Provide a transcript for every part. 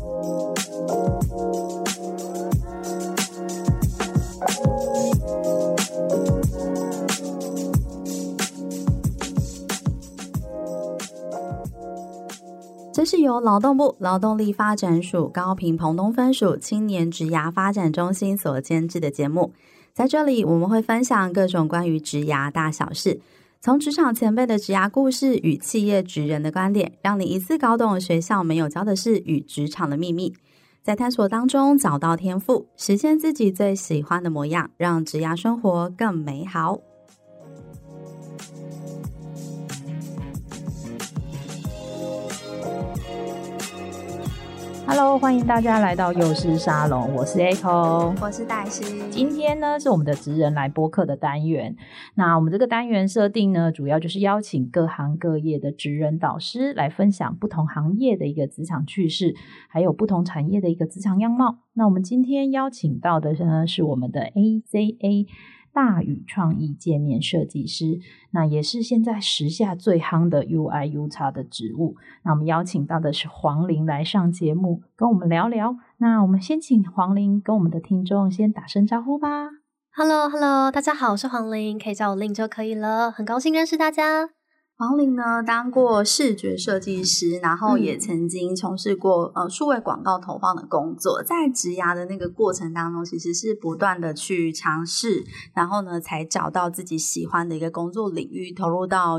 这是由劳动部劳动力发展署高屏澎东分署青年职涯发展中心所监制的节目。在这里，我们会分享各种关于职涯大小事，从职场前辈的职涯故事与企业职人的观点，让你一次搞懂学校没有教的事与职场的秘密，在探索当中找到天赋，实现自己最喜欢的模样，让职涯生活更美好。 Hello， 欢迎大家来到幼师沙龙，我是 Echo， 我是黛西。 今天呢是我们的职人来播客的单元。那我们这个单元设定呢，主要就是邀请各行各业的职人导师来分享不同行业的一个职场趣事，还有不同产业的一个职场样貌。那我们今天邀请到的呢是我们的 AZA大宇创意界面设计师，那也是现在时下最夯的 UI/UX 的职务。那我们邀请到的是黄玲来上节目跟我们聊聊。那我们先请黄玲跟我们的听众先打声招呼吧。 Hello， 大家好，我是黄玲，可以叫我玲就可以了，很高兴认识大家。 黄玲呢，当过视觉设计师，然后也曾经从事过数位广告投放的工作。在职涯的那个过程当中，其实是不断的去尝试，然后呢才找到自己喜欢的一个工作领域，投入到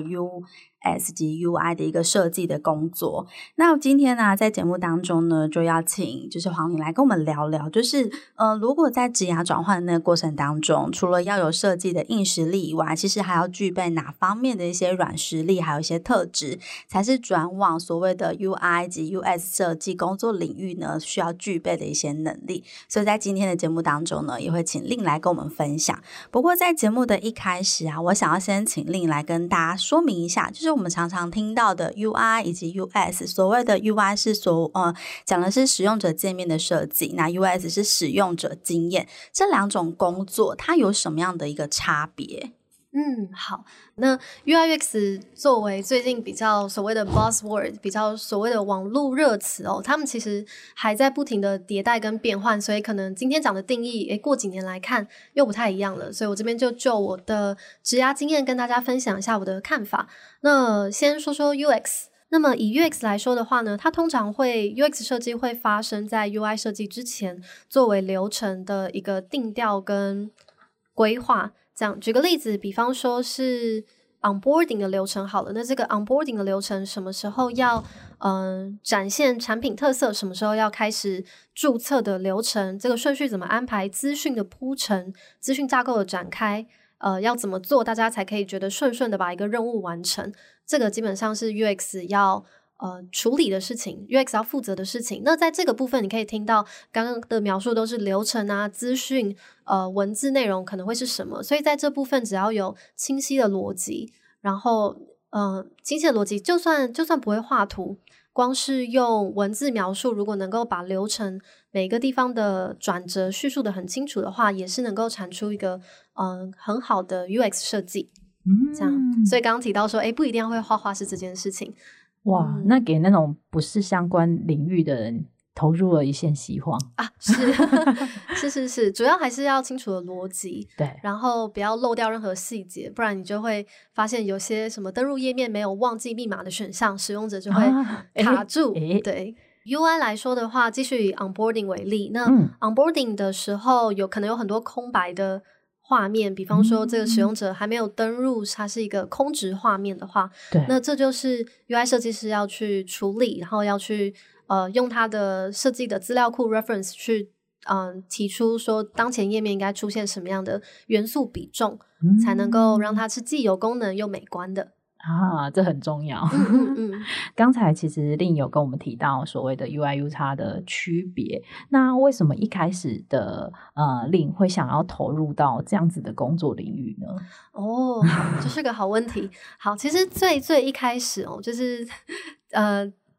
UX 及 UI 的一个设计的工作。那今天呢，在节目当中呢，就要请就是黄玲来跟我们聊聊，就是如果在职涯转换的那个过程当中，除了要有设计的硬实力以外，其实还要具备哪方面的一些软实力，还有一些特质，才是转往所谓的 UI 及 UX 设计工作领域呢需要具备的一些能力。所以在今天的节目当中呢，也会请令来跟我们分享。不过在节目的一开始啊，我想要先请令来跟大家说明一下，就是我们常常听到的 UI 以及 UX， 所谓的 UI 是讲的是使用者界面的设计，那 UX 是使用者经验，这两种工作它有什么样的一个差别？ 好，那 UI/UX 作为最近比较所谓的 buzzword， 比较所谓的网络热词他们其实还在不停的迭代跟变换，所以可能今天讲的定义过几年来看又不太一样了，所以我这边就我的职涯经验跟大家分享一下我的看法。那先说说 UX， 那么以 UX 来说的话呢，它通常会 UX 设计会发生在 UI 设计之前，作为流程的一个定调跟规划。这样举个例子，比方说是 onboarding 的流程好了，那这个 onboarding 的流程什么时候要展现产品特色，什么时候要开始注册的流程，这个顺序怎么安排，资讯的铺陈，资讯架构的展开，要怎么做大家才可以觉得顺顺的把一个任务完成，这个基本上是 UX 要处理的事情， UX 要负责的事情。那在这个部分你可以听到刚刚的描述都是流程啊、资讯、文字内容可能会是什么，所以在这部分只要有清晰的逻辑，然后清晰的逻辑就算不会画图，光是用文字描述，如果能够把流程每个地方的转折叙述的很清楚的话，也是能够产出一个很好的 UX 设计。这样，所以刚刚提到说不一定要会画画是这件事情。 哇，那给那种不是相关领域的人投入了一线希望啊！是，主要还是要清楚的逻辑， 对， 然后不要漏掉任何细节，不然你就会发现有些什么登入页面没有忘记密码的选项，使用者就会卡住。对。UI 来说的话，继续以 onboarding 为例，那onboarding 的时候可能有很多空白的画面，比方说这个使用者还没有登入，它是一个空值画面的话，那这就是 UI 设计师要去处理，然后要去用它的设计的资料库 reference 去提出说当前页面应该出现什么样的元素比重，才能够让它是既有功能又美观的。 这很重要。刚才其实令有跟我们提到所谓的 UI/UX 的区别，那为什么一开始的令会想要投入到这样子的工作领域呢？ 好，这是个好问题。好，其实最一开始就是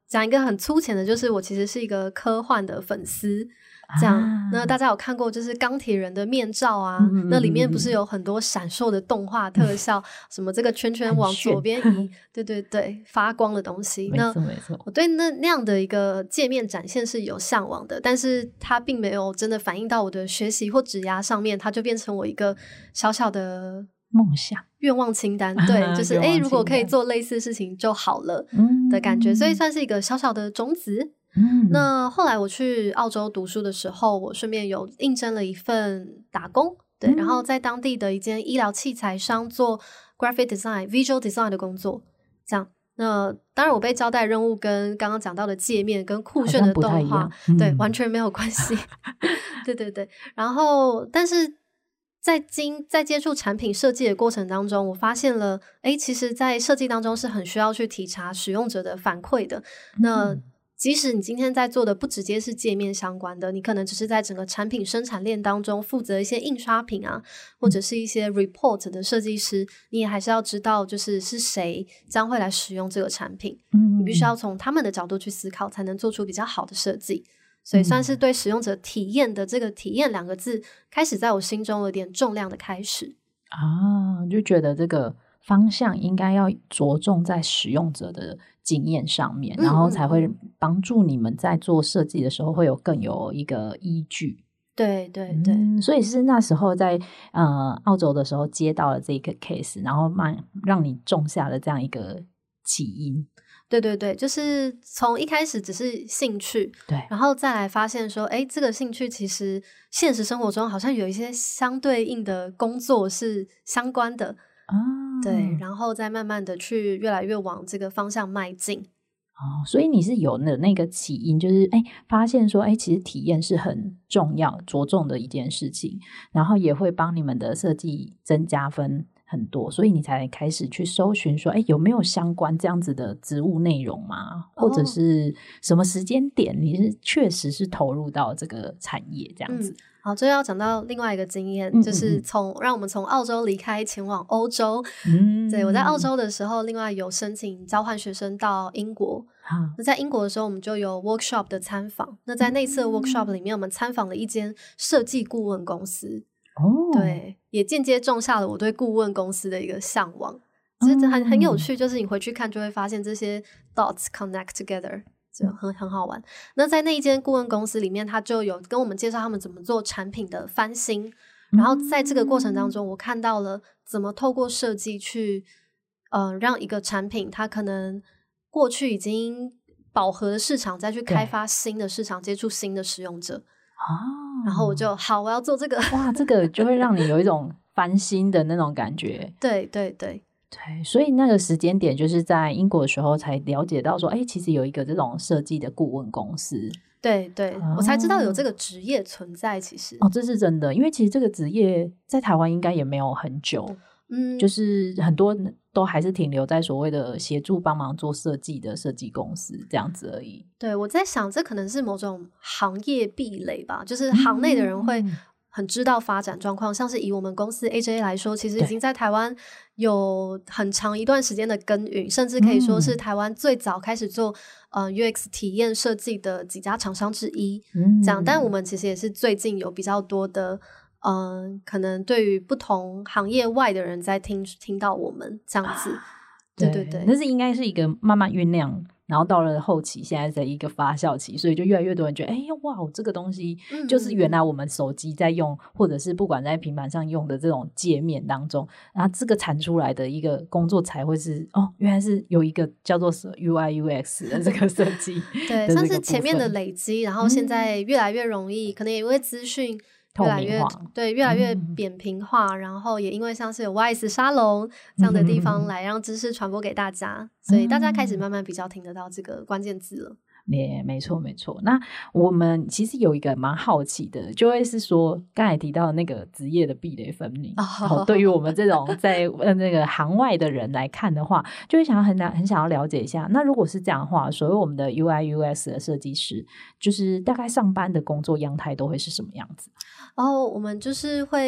讲一个很粗浅的，就是我其实是一个科幻的粉丝。这样，那大家有看过就是钢铁人的面罩啊，那里面不是有很多闪烁的动画特效，什么这个圈圈往左边移，对对对，发光的东西。 没错没错， 我对那样的一个界面展现是有向往的，但是它并没有真的反映到我的学习或职涯上面，它就变成我一个小小的梦想愿望清单。对，就是如果可以做类似事情就好了的感觉，所以算是一个小小的种子。那后来我去澳洲读书的时候，我顺便有应征了一份打工，对，然后在当地的一间医疗器材商做 graphic design、visual design 的工作，这样。那当然我被交代任务跟刚刚讲到的界面跟酷炫的动画对完全没有关系对对对，然后但是在接触产品设计的过程当中，我发现了其实在设计当中是很需要去体察使用者的反馈的。那即使你今天在做的不直接是界面相关的，你可能只是在整个产品生产链当中负责一些印刷品啊，或者是一些 report 的设计师，你也还是要知道就是谁将会来使用这个产品，你必须要从他们的角度去思考，才能做出比较好的设计。所以算是对使用者体验的这个体验2个字开始在我心中有点重量的开始就觉得这个方向应该要着重在使用者的经验上面，然后才会帮助你们在做设计的时候会更有一个依据。 对对对， 所以是那时候在澳洲的时候接到了这个 case， 然后让你种下了这样一个起因。 对对对，就是从一开始只是兴趣， 对， 然后再来发现说这个兴趣其实现实生活中好像有一些相对应的工作是相关的对，然后再慢慢的去越来越往这个方向迈进。 所以你是有那个起因，就是发现说其实体验是很重要着重的一件事情，然后也会帮你们的设计增加分很多，所以你才开始去搜寻说有没有相关这样子的职务内容吗？或者是什么时间点你是确实是投入到这个产业这样子。 好，这要讲到另外一个经验，就是让我们从澳洲离开前往欧洲。对，我在澳洲的时候另外有申请交换学生到英国。那在英国的时候我们就有 workshop 的参访，那在那次的 workshop 里面我们参访了一间设计顾问公司。对，也间接种下了我对顾问公司的一个向往。其实很有趣，就是你回去看就会发现这些 dots connect together，就很好玩。那在那一间顾问公司里面，他就有跟我们介绍他们怎么做产品的翻新，然后在这个过程当中我看到了怎么透过设计去让一个产品它可能过去已经饱和的市场再去开发新的市场，接触新的使用者然后我要做这个哇，这个就会让你有一种翻新的那种感觉对对对对，所以那个时间点就是在英国的时候才了解到说其实有一个这种设计的顾问公司。 对对，我才知道有这个职业存在。其实这是真的，因为其实这个职业在台湾应该也没有很久，就是很多都还是停留在所谓的协助帮忙做设计的设计公司这样子而已。 对，我在想这可能是某种行业壁垒吧，就是行内的人会很知道发展状况，像是以我们公司 AJA 来说，其实已经在台湾有很长一段时间的耕耘，甚至可以说是台湾最早开始做UX 体验设计的几家厂商之一这样。但我们其实也是最近有比较多的可能对于不同行业外的人在听到我们这样子对对对， 那是应该是一个慢慢酝酿，然后到了后期现在在一个发酵期，所以就越来越多人觉得哇，这个东西就是原来我们手机在用或者是不管在平板上用的这种界面当中，然后这个产出来的一个工作才会是原来是有一个叫做 UI UX 的这个设计对，像是前面的累积，然后现在越来越容易可能也因为资讯越来越扁平化然后也因为像是有 YS 沙龙这样的地方来让知识传播给大家所以大家开始慢慢比较听得到这个关键字了。 没错没错。那我们其实有一个蛮好奇的，就会是说刚才提到的那个职业的壁垒分明对于我们这种在那个行外的人来看的话，就会很想要了解一下，那如果是这样的话，所谓我们的 UI UX 的设计师就是大概上班的工作样态都会是什么样子？ 我们就是会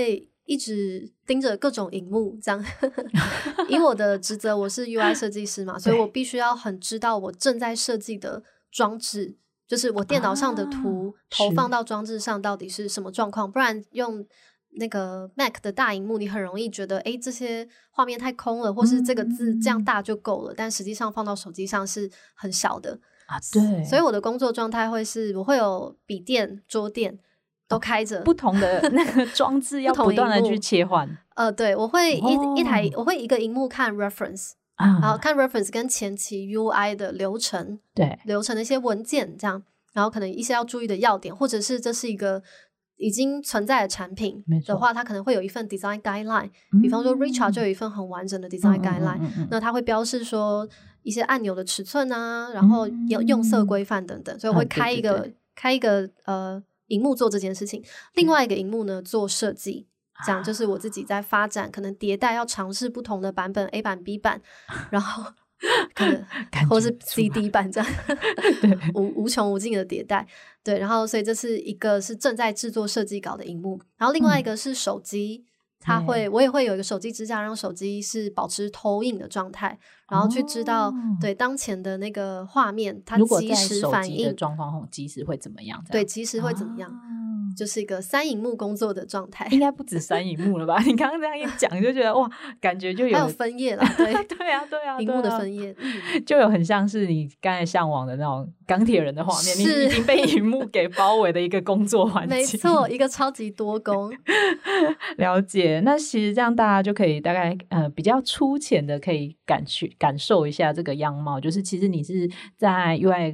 一直盯着各种荧幕这样以我的职责我是 UI 设计师嘛，所以我必须要很知道我正在设计的装置，就是我电脑上的图投放到装置上到底是什么状况，不然用那个 Mac 的大荧幕你很容易觉得这些画面太空了，或是这个字这样大就够了，但实际上放到手机上是很小的对， 所以我的工作状态会是我会有笔电桌垫都开着， 不同的那个装置要不断的去切换对，我会一台我会一个荧幕看 reference然后看 reference 跟前期 UI 的流程， 对， 流程的一些文件这样，然后可能一些要注意的要点，或者是这是一个已经存在的产品的话，它可能会有一份 design guideline，比方说 Richard 就有一一份很完整的 design guideline，那它会标示说一些按钮的尺寸啊，然后用色规范等等，所以我会开一个荧幕做这件事情，另外一个荧幕呢做设计，这样就是我自己在发展，可能迭代要尝试不同的版本 A 版 B 版，然后可能或是 CD 版这样无穷无尽的迭代，对，然后所以这是一个是正在制作设计稿的荧幕，然后另外一个是手机，我也会有一个手机支架，让手机是保持投影的状态，然后去知道对当前的那个画面它即时反应，如果在手机的状况后即时会怎么样， 对，即时会怎么样就是一个3萤幕工作的状态， 应该不止3萤幕了吧你刚刚这样一讲就觉得哇，感觉就有还有分页啦，对对啊， 萤幕的分页就有很像是你刚才向往的那种钢铁人的画面，你已经被萤幕给包围的一个工作环境， 没错，一个超级多工了解，那其实这样大家就可以大概比较粗浅的可以感受一下这个样貌，就是其实你是在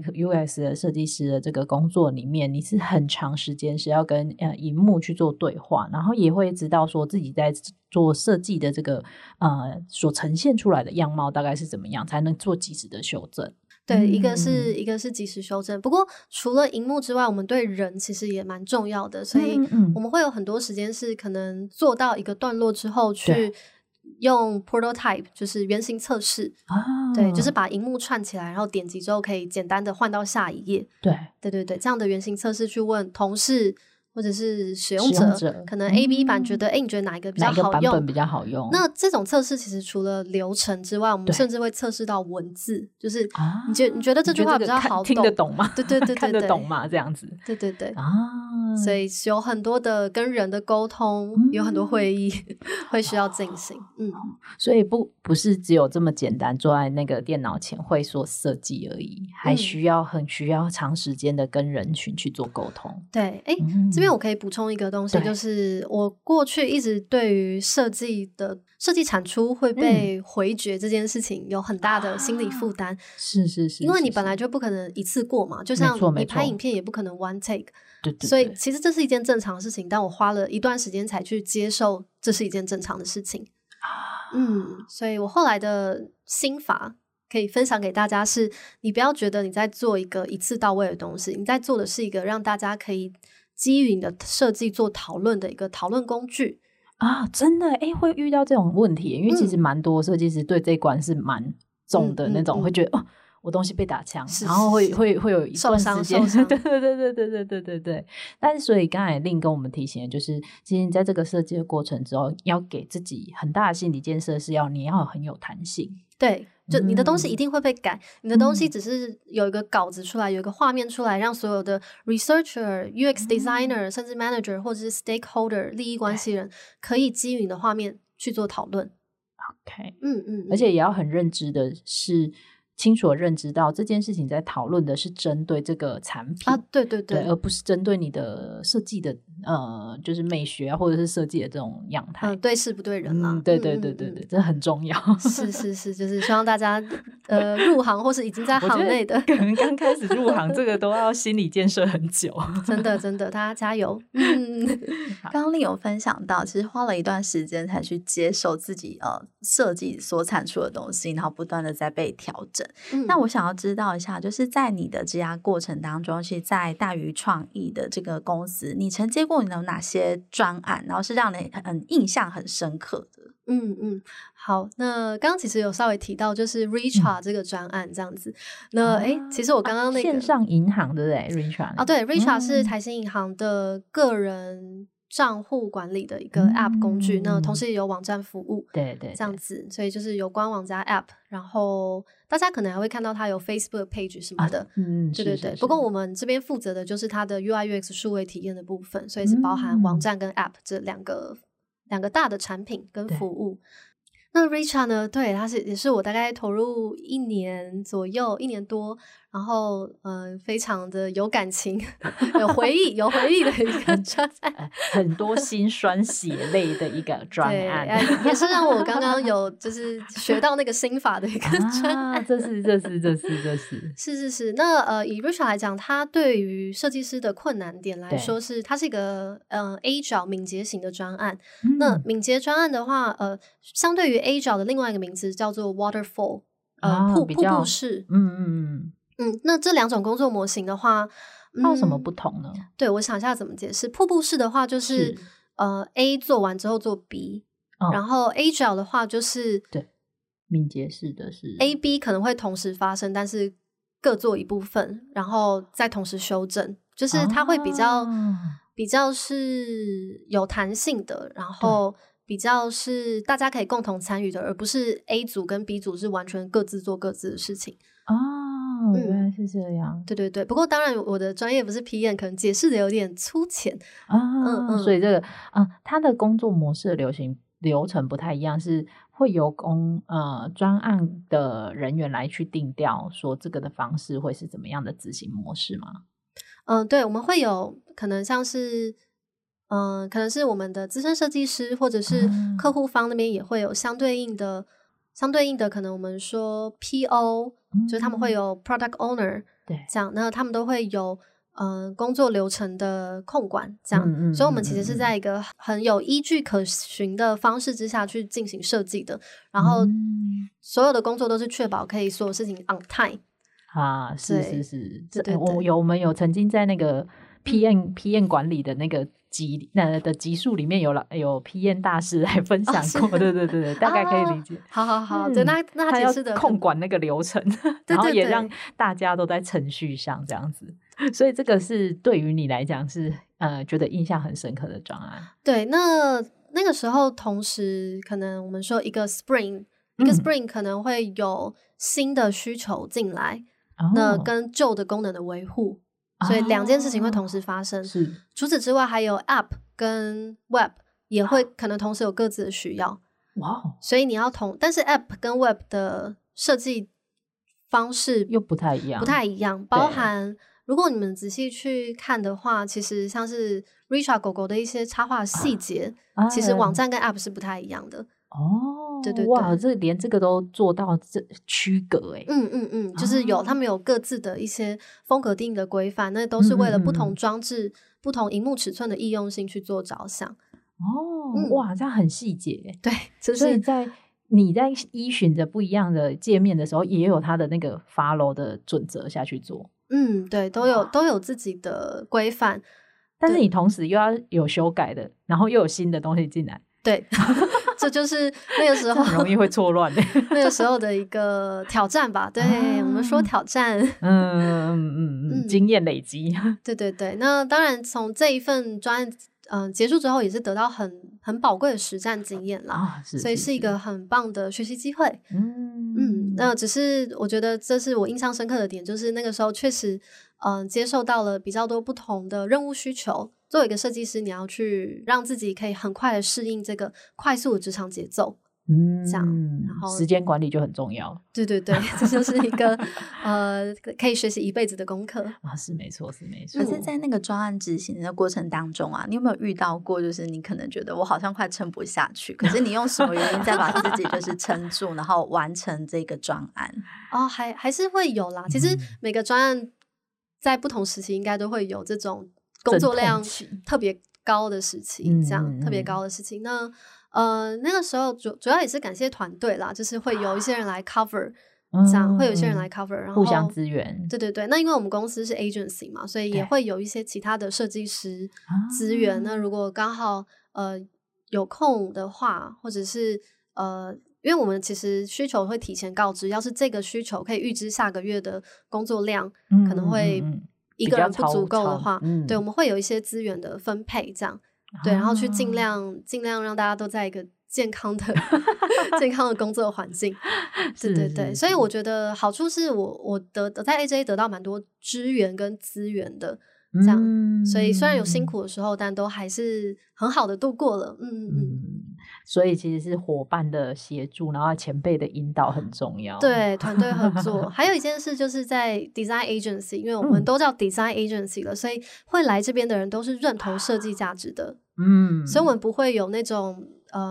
UX 的设计师的这个工作里面，你是很长时间是要跟萤幕去做对话，然后也会知道说自己在做设计的这个所呈现出来的样貌大概是怎么样，才能做及时的修正。 对，一个是及时修正，不过除了萤幕之外，我们对人其实也蛮重要的，所以我们会有很多时间是可能做到一个段落之后去用 prototype 就是原型测试对，就是把萤幕串起来，然后点击之后可以简单的换到下一页，对，这样的原型测试去问同事或者是使用者可能 A、B 版觉得你觉得哪一个比较好用， 哪一个版本比较好用， 那这种测试其实除了流程之外，我们甚至会测试到文字，就是你觉得这句话比较好懂， 听得懂吗？ 对看得懂吗？这样子， 对所以有很多的跟人的沟通，有很多会议会需要进行所以不是只有这么简单坐在那个电脑前会说设计而已，还很需要长时间的跟人群去做沟通。 对，这边我可以补充一个东西，就是我过去一直对于设计产出会被回绝这件事情有很大的心理负担， 是因为你本来就不可能一次过嘛，就像你拍影片也不可能 one take， 对， 所以其实这是一件正常的事情，但我花了一段时间才去接受这是一件正常的事情所以我后来的心法可以分享给大家是，你不要觉得你在做一个一次到位的东西，你在做的是一个让大家可以基于你的设计做讨论的一个讨论工具真的会遇到这种问题，因为其实蛮多设计师对这一关是蛮重的那种，会觉得我东西被打枪，然后会有一段时间受伤对。但是所以刚才Lynn跟我们提醒的就是，其实在这个设计的过程之后，要给自己很大的心理建设，是你要很有弹性。 对，就你的东西一定会被改，你的东西只是有一个稿子出来，有一个画面出来，让所有的 researcher、UX designer、甚至 manager 或者是 stakeholder 利益关系人可以基于你的画面去做讨论。 OK，而且也要很认知的是。清楚的认知到这件事情在讨论的是针对这个产品对，而不是针对你的设计的就是美学或者是设计的这种样态对事不对人啦对，这很重要是就是希望大家入行或是已经在行内的可能刚开始入行这个都要心理建设很久真的大家加油刚刚Lynn有分享到其实花了一段时间才去接受自己设计所产出的东西，然后不断的在被调整那我想要知道一下，就是在你的职涯过程当中，其实在大鱼创意的这个公司，你承接过你有哪些专案，然后是让你印象很深刻的？ 好，那刚刚其实有稍微提到就是 Richard 这个专案这样子那其实我刚刚那个线上银行对不对 Richard 对 Richard 是台新银行的个人账户管理的一个 App 工具，那同时也有网站服务， 对对， 这样子，所以就是有官网加 App， 然后大家可能还会看到它有 Facebook page 什么的，对对对。不过我们这边负责的就是它的 UI/UX 数位体验的部分，所以是包含网站跟 App 这两个大的产品跟服务。那 Richa 呢？对，他也是我大概投入1年左右，1年多，然后非常的有感情、有回忆的一个专案， 很多辛酸血泪的一个专案， 也是让我刚刚有就是学到那个心法的一个专案。 这是。 是。那以 Richa 来讲，他对于设计师的困难点来说它是一个Agile 敏捷型的专案。那敏捷专案的话，相对于 Agile 的另外一个名词叫做 Waterfall， 瀑布式。那这两种工作模型的话， 它有什么不同呢？ 对，我想一下怎么解释。瀑布式的话就是A 做完之后做 B，然后 Agile 的话就是对，敏捷式的是 A、B 可能会同时发生，但是各做一部分，然后再同时修正，就是它会比较是有弹性的，然后比较是大家可以共同参与的，而不是 A 组跟 B 组是完全各自做各自的事情。 原来是这样。 对对对，不过当然我的专业不是 PM， 可能解释的有点粗浅所以这个他的工作模式的流程不太一样，是会由专案的人员来去定调说这个的方式会是怎么样的执行模式吗？ 对，我们会有可能像是可能是我们的资深设计师或者是客户方那边也会有相对应的可能我们说 PO，就是他们会有 Product Owner， 对，这样，那他们都会有工作流程的控管，这样，所以我们其实是在一个很有依据可循的方式之下去进行设计的，然后所有的工作都是确保可以所有事情 on time。 是，我们有曾经在那个 PM 管理的那个的集数里面有 PM 大师来分享过，对，大概可以理解。 好，对，那他解释的控管那个流程，然后也让大家都在程序上这样子，所以这个是对于你来讲是觉得印象很深刻的专案。 对，那个时候同时可能我们说一个 Spring 可能会有新的需求进来，那跟旧的功能的维护。所以两件事情会同时发生， 是。 除此之外还有 App 跟 Web 也会可能同时有各自的需要。所以你要但是 App 跟 Web 的设计方式又不太一样， 包含如果你们仔细去看的话，其实像是 Richa 狗狗的一些插画细节，其实网站跟 App 是不太一样的。对， 哇，连这个都做到区隔就是他们有各自的一些风格定的规范，那都是为了不同装置、不同萤幕尺寸的易用性去做着想。 哇，这样很细节。 对， 所以你在依循着不一样的界面的时候，也有它的那个 follow 的准则下去做。 对，都有自己的规范， 但是你同时又要有修改的，然后又有新的东西进来。 对，这就是那个时候很容易会错乱的那个时候的一个挑战吧。对，我们说挑战， 经验累积。 对。那当然，从这一份专案结束之后，也是得到很宝贵的实战经验啦。所以是一个很棒的学习机会。那只是我觉得这是我印象深刻的点，就是那个时候确实接受到了比较多不同的任务需求。作为一个设计师，你要去让自己可以很快的适应这个快速的职场节奏，这样，然后时间管理就很重要。 对，这就是一个可以学习一辈子的功课是没错。 可是在那个专案执行的过程当中啊，你有没有遇到过，就是你可能觉得我好像快撑不下去，可是你用什么原因再把自己就是撑住，然后完成这个专案？ 还是会有啦。其实每个专案在不同时期应该都会有这种工作量特别高的时期，这样特别高的事情。那个时候主要也是感谢团队啦，就是会有一些人来 cover，这样会有一些人来 cover， 然后互相支援。 对。那因为我们公司是 agency 嘛，所以也会有一些其他的设计师资源。那如果刚好有空的话，或者是因为我们其实需求会提前告知，要是这个需求可以预知下个月的工作量可能会一个人不足够的话，对，我们会有一些资源的分配，这样对，然后去尽量让大家都在一个健康的健康的工作环境。对对对，所以我觉得好处是我在 AJ 得到蛮多资源跟资源的，这样，所以虽然有辛苦的时候，但都还是很好的度过了。 所以其实是伙伴的协助，然后前辈的引导很重要。 对，团队合作。还有一件事就是在 design agency， 因为我们都叫 design agency 了，所以会来这边的人都是认同设计价值的。所以我们不会有那种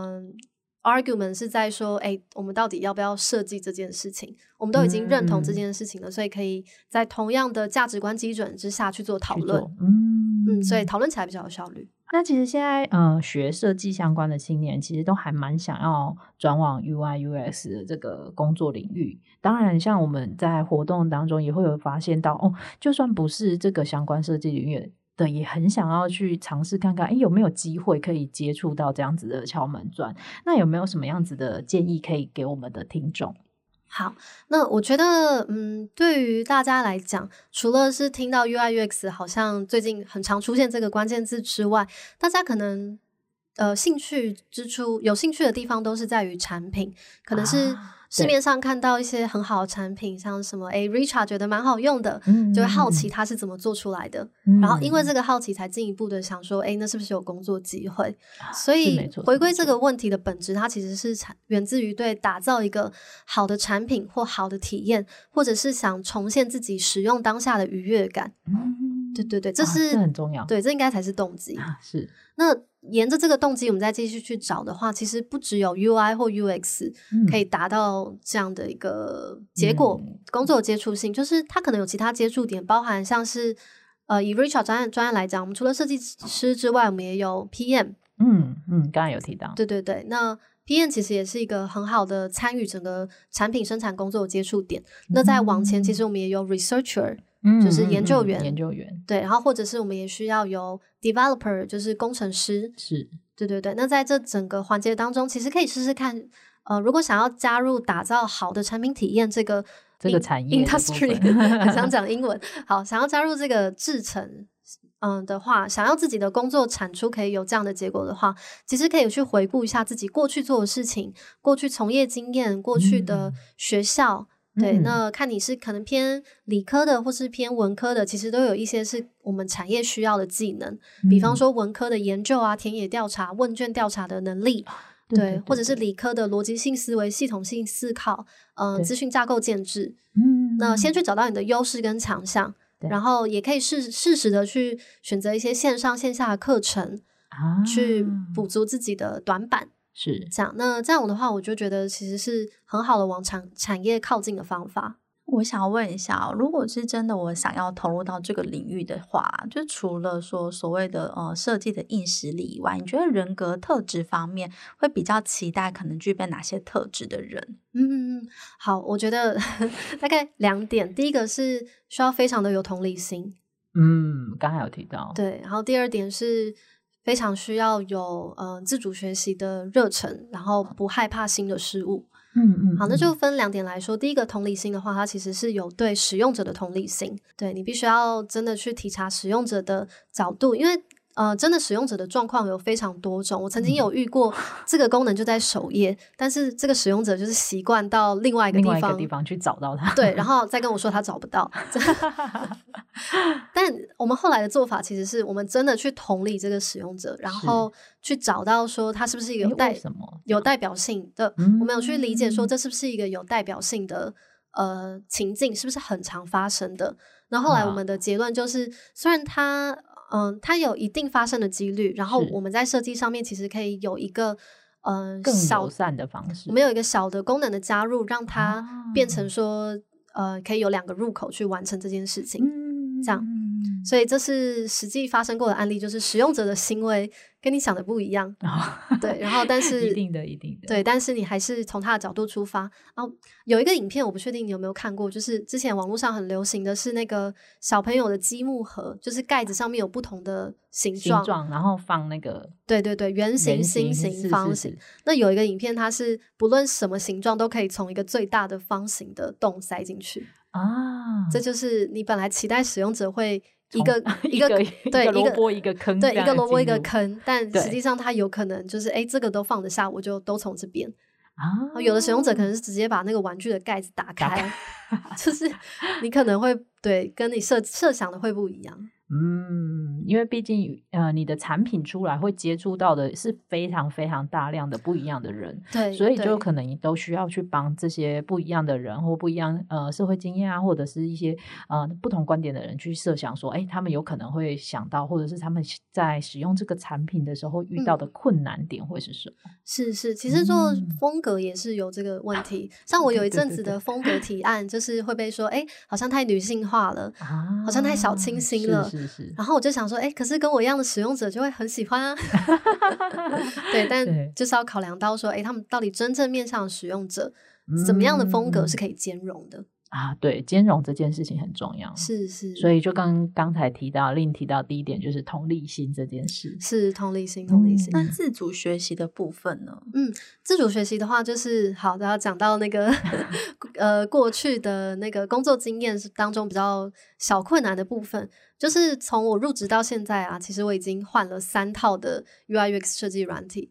argument 是在说我们到底要不要设计这件事情，我们都已经认同这件事情了，所以可以在同样的价值观基准之下去做讨论。所以讨论起来比较有效率。 那其实现在学设计相关的青年其实都还蛮想要转往 UI UX 的这个工作领域。当然像我们在活动当中也会有发现到就算不是这个相关设计领域的，也很想要去尝试看看有没有机会可以接触到这样子的敲门砖。那有没有什么样子的建议可以给我们的听众？ 好，那我觉得对于大家来讲，除了是听到 UI UX 好像最近很常出现这个关键字之外，大家可能有兴趣的地方都是在于产品，可能是市面上看到一些很好的产品，像什么Richard 觉得蛮好用的，就会好奇它是怎么做出来的，然后因为这个好奇才进一步的想说那是不是有工作机会。所以回归这个问题的本质，它其实是源自于对打造一个好的产品或好的体验，或者是想重现自己使用当下的愉悦感。对对对，这很重要。 对，这应该才是动机。 是。 那沿着这个动机我们再继续去找的话，其实不只有 UI 或 UX 可以达到这样的一个结果。工作的接触性就是它可能有其他接触点，包含像是以 Richard 专案来讲，我们除了设计师之外，我们也有 PM。 刚才有提到。 对对对，那 PM 其实也是一个很好的参与整个产品生产工作的接触点。那再往前，其实我们也有 researcher，就是研究员，对，然后或者是我们也需要有 developer， 就是工程师， 是，对对对。那在这整个环节当中，其实可以试试看，如果想要加入打造好的产品体验这个产业 industry， 很想讲英文，好，想要加入这个制程的话，想要自己的工作产出可以有这样的结果的话，其实可以去回顾一下自己过去做的事情，过去从业经验，过去的学校。对，那看你是可能偏理科的或是偏文科的，其实都有一些是我们产业需要的技能，比方说文科的研究啊、田野调查、问卷调查的能力，对，或者是理科的逻辑性思维、系统性思考、资讯架构建制。那先去找到你的优势跟强项，然后也可以适时的去选择一些线上线下的课程，去补足自己的短板。 是这样，那这样的话，我就觉得其实是很好的往产业靠近的方法。 我想问一下如果是真的我想要投入到这个领域的话，就除了说所谓的设计的硬实力以外，你觉得人格特质方面会比较期待可能具备哪些特质的人？ 好，我觉得大概2点，第一个是需要非常的有同理心， 刚才有提到， 对，然后第二点是非常需要有自主学习的热忱，然后不害怕新的事物。好，那就分2点来说。第一个同理心的话，它其实是有对使用者的同理心，对，你必须要真的去体察使用者的角度，因为真的使用者的状况有非常多种。我曾经有遇过这个功能就在首页，但是这个使用者就是习惯到另外一个地方去找到它， 对，然后再跟我说他找不到。但我们后来的做法其实是我们真的去同理这个使用者，然后去找到说他是不是一个有代表性的，我们有去理解说这是不是一个有代表性的情境，是不是很常发生的。然后后来我们的结论就是，虽然它有一定发生的几率，然后我们在设计上面其实可以有一个更友善的方式， 我们有一个小的功能的加入，让它变成说可以有2个入口去完成这件事情，这样。所以这是实际发生过的案例，就是使用者的行为跟你想的不一样，对，然后但是一定的对， 但是你还是从他的角度出发。然后有一个影片我不确定你有没有看过，就是之前网络上很流行的是那个小朋友的积木盒，就是盖子上面有不同的形状， 然后放那个对对对，圆形、心形、方形。那有一个影片它是不论什么形状都可以从一个最大的方形的洞塞进去，这就是你本来期待使用者会一个对， 萝卜一个坑， 对，一个萝卜一个坑，但对实际上它有可能就是这个都放得下，我就都从这边啊。 有的使用者可能是直接把那个玩具的盖子打开就是你可能会对跟你设想的会不一样。 因为毕竟你的产品出来会接触到的是非常非常大量的不一样的人， 对， 所以就可能你都需要去帮这些不一样的人或不一样社会经验啊，或者是一些不同观点的人去设想说他们有可能会想到，或者是他们在使用这个产品的时候遇到的困难点会是什么。 是其实做风格也是有这个问题像我有一阵子的风格提案就是会被说好像太女性化了好像太小清新了， 是然后我就想说可是跟我一样的使用者就会很喜欢啊对，但就是要考量到说他们到底真正面向的使用者怎么样的风格是可以兼容的对，兼容这件事情很重要， 是所以就刚才提到第一点就是同理心这件事， 是同理心那自主学习的部分呢？ 自主学习的话就是好的要讲到那个过去的那个工作经验当中比较小困难的部分，就是从我入职到现在啊，其实我已经换了3套的 UI UX 设计软体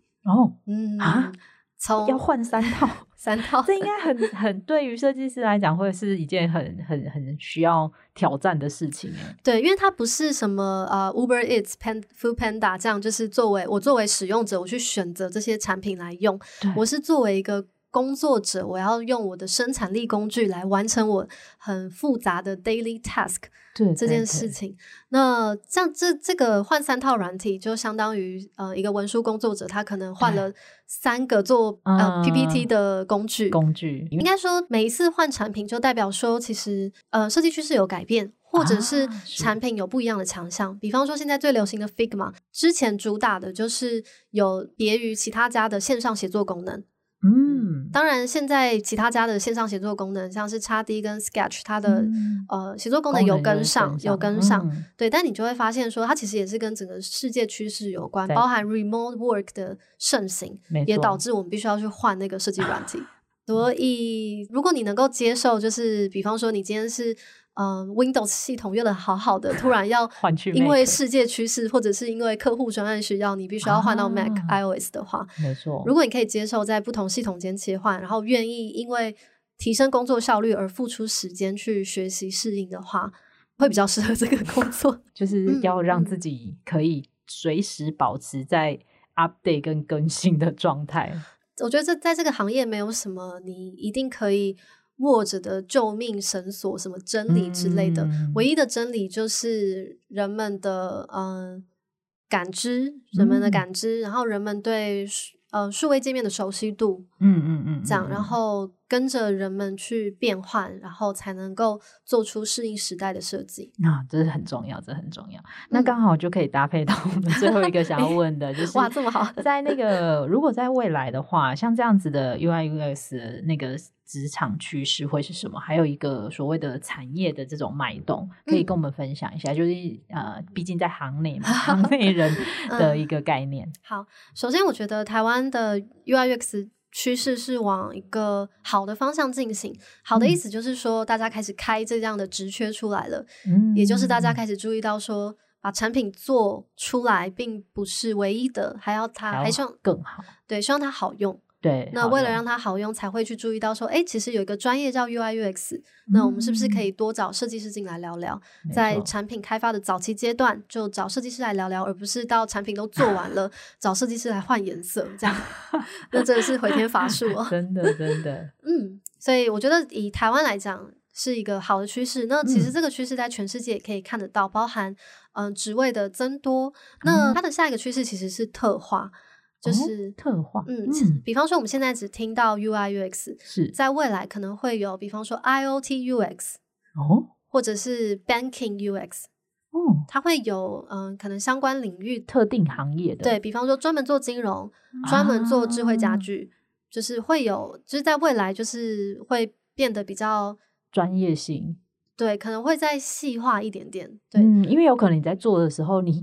要换3套 3套这应该很对于设计师来讲会是一件很需要挑战的事情对，因为它不是什么Uber Eats Food Panda 这样，就是我作为使用者我去选择这些产品来用，我是作为一个工作者，我要用我的生产力工具来完成我很复杂的 daily task 这件事情。那像这个换3套软体就相当于一个文书工作者他可能换了3个做PPT 的工具应该说每一次换产品就代表说其实设计趋势有改变，或者是产品有不一样的强项比方说现在最流行的 Figma 之前主打的就是有别于其他家的线上协作功能当然现在其他家的线上协作功能像是 XD 跟 Sketch 它的协作功能有跟上对，但你就会发现说它其实也是跟整个世界趋势有关，包含 remote work 的盛行也导致我们必须要去换那个设计软体所以如果你能够接受就是比方说你今天是Windows 系统用的好好的突然要换去 Mac 因为世界趋势或者是因为客户专案需要你必须要换到 Mac iOS 的话没错， 如果你可以接受在不同系统间切换然后愿意因为提升工作效率而付出时间去学习适应的话会比较适合这个工作就是要让自己可以随时保持在 update 跟更新的状态。 我觉得在这个行业没有什么你一定可以握着的救命绳索什么真理之类的唯一的真理就是人们的感知然后人们对数位界面的熟悉度这样然后跟着人们去变换然后才能够做出适应时代的设计这是很重要那刚好就可以搭配到我们最后一个想要问的就是哇这么好在那个如果在未来的话像这样子的 UI UX 的那个职场趋势会是什么还有一个所谓的产业的这种脉动可以跟我们分享一下就是毕竟在行内嘛行内人的一个概念好，首先我觉得台湾的 UI UX 趋势是往一个好的方向进行好的意思就是说大家开始开这样的职缺出来了也就是大家开始注意到说把产品做出来并不是唯一的还希望更好对希望它好用对那为了让它好用才会去注意到说其实有一个专业叫 UI UX那我们是不是可以多找设计师进来聊聊在产品开发的早期阶段就找设计师来聊聊而不是到产品都做完了找设计师来换颜色这样那真的是回天乏术真的所以我觉得以台湾来讲是一个好的趋势那其实这个趋势在全世界也可以看得到包含职位的增多那它的下一个趋势其实是特化就是特化比方说我们现在只听到 UI UX 是在未来可能会有比方说 IoT UX 或者是 Banking UX它会有可能相关领域特定行业的对比方说专门做金融专门做智慧家居就是会有就是在未来就是会变得比较专业性对可能会再细化一点点对因为有可能你在做的时候你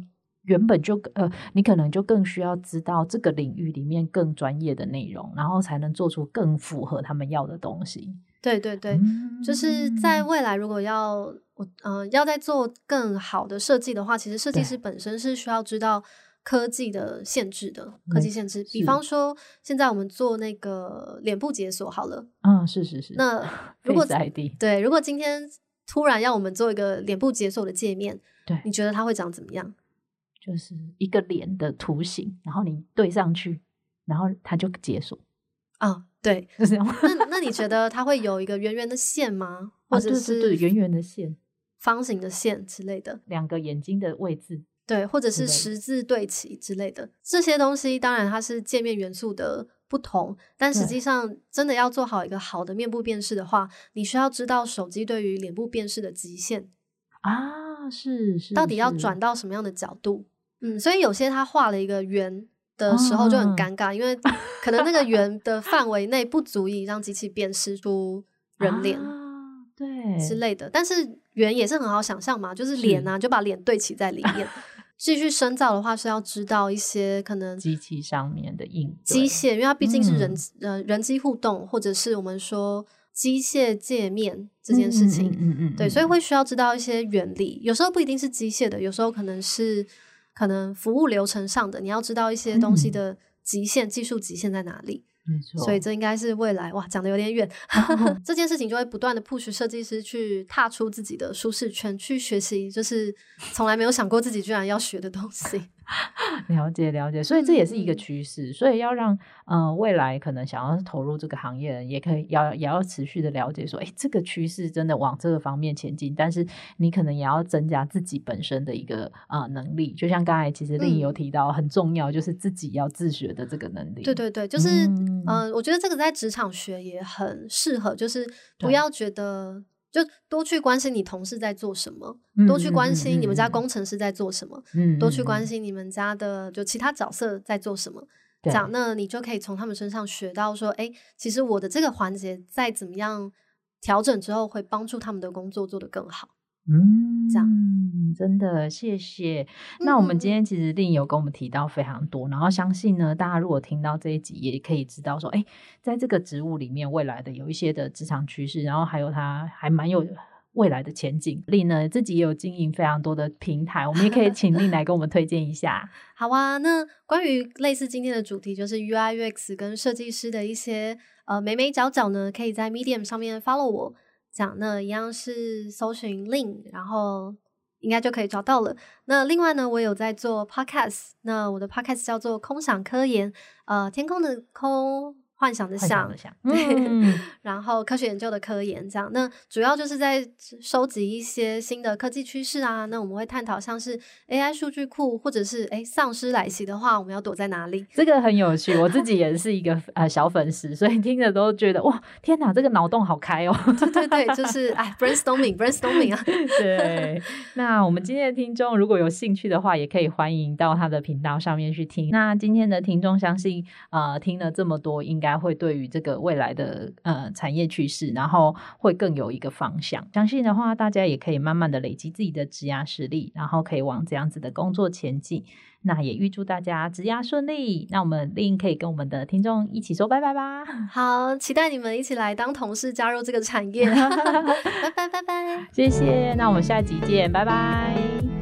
原本就你可能就更需要知道这个领域里面更专业的内容，然后才能做出更符合他们要的东西。 对对对，就是在未来如果要在做更好的设计的话，其实设计师本身是需要知道科技的限制的，科技限制。比方说现在我们做那个脸部解锁好了， 是。 那如果 Face ID 对，如果今天突然要我们做一个脸部解锁的界面， 对， 你觉得它会长怎么样？ 就是一个脸的图形，然后你对上去，然后它就解锁。 对， 就这样。 那你觉得它会有一个圆圆的线吗？或者是对，圆圆的线、 方形的线之类的， 两个眼睛的位置， 对，或者是十字对齐之类的，这些东西当然它是界面元素的不同，但实际上真的要做好一个好的面部辨识的话，你需要知道手机对于脸部辨识的极限是到底要转到什么样的角度。所以有些他画了一个圆的时候就很尴尬，因为可能那个圆的范围内不足以让机器辨识出人脸对之类的，但是圆也是很好想象嘛，就是脸就把脸对齐在里面。继续深造的话是要知道一些可能机器上面的应对机械，因为它毕竟是人机互动，或者是我们说机械界面这件事情，对，所以会需要知道一些原理，有时候不一定是机械的，有时候可能是服务流程上的，你要知道一些东西的极限，技术极限在哪里。 没错， 所以这应该是未来讲得有点远这件事情就会不断的 push 设计师去踏出自己的舒适圈，去学习就是从来没有想过自己居然要学的东西了解，所以这也是一个趋势，所以要让未来可能想要投入这个行业的人也要持续的了解说这个趋势真的往这个方面前进，但是你可能也要增加自己本身的一个能力，就像刚才其实另有提到很重要，就是自己要自学的这个能力。 对，就是我觉得这个在职场学也很适合，就是不要觉得就多去关心你同事在做什么，多去关心你们家工程师在做什么，多去关心你们家的就其他角色在做什么，这样那你就可以从他们身上学到说其实我的这个环节再怎么样调整之后会帮助他们的工作做得更好。这样真的谢谢。那我们今天其实另有跟我们提到非常多，然后相信呢大家如果听到这一集也可以知道说在这个职务里面未来的有一些的职场趋势，然后还有它还蛮有未来的前景。令呢自己也有经营非常多的平台，我们也可以请令来跟我们推荐一下好啊，那关于类似今天的主题就是 UI UX 跟设计师的一些眉眉角角呢，可以在 Medium 上面 follow 我，这样那一样是搜寻 Lin， 然后应该就可以找到了。那另外呢我有在做 podcast， 那我的 podcast 叫做空想科研，天空的空，幻想的想，对，然后科学研究的科研，这样那主要就是在收集一些新的科技趋势啊，那我们会探讨像是 AI 数据库，或者是丧尸来袭的话我们要躲在哪里， 这个很有趣，我自己也是一个小粉丝，所以听着都觉得哇天哪，这个脑洞好开哦对，就是brainstorming 啊对，那我们今天的听众如果有兴趣的话也可以欢迎到他的频道上面去听。那今天的听众相信听了这么多应该会对于这个未来的产业趋势然后会更有一个方向，相信的话大家也可以慢慢的累积自己的职涯实力，然后可以往这样子的工作前进。那也预祝大家职涯顺利，那我们另可以跟我们的听众一起说拜拜吧。 好，期待你们一起来当同事加入这个产业拜拜谢谢，那我们下集见，拜拜。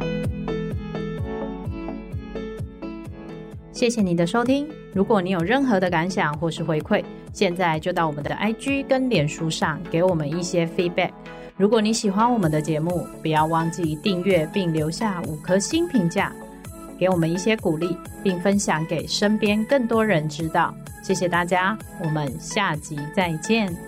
谢谢你的收听，如果你有任何的感想或是回馈，现在就到我们的 IG 跟脸书上给我们一些 feedback。 如果你喜欢我们的节目，不要忘记订阅并留下5颗星评价，给我们一些鼓励，并分享给身边更多人知道。谢谢大家，我们下集再见。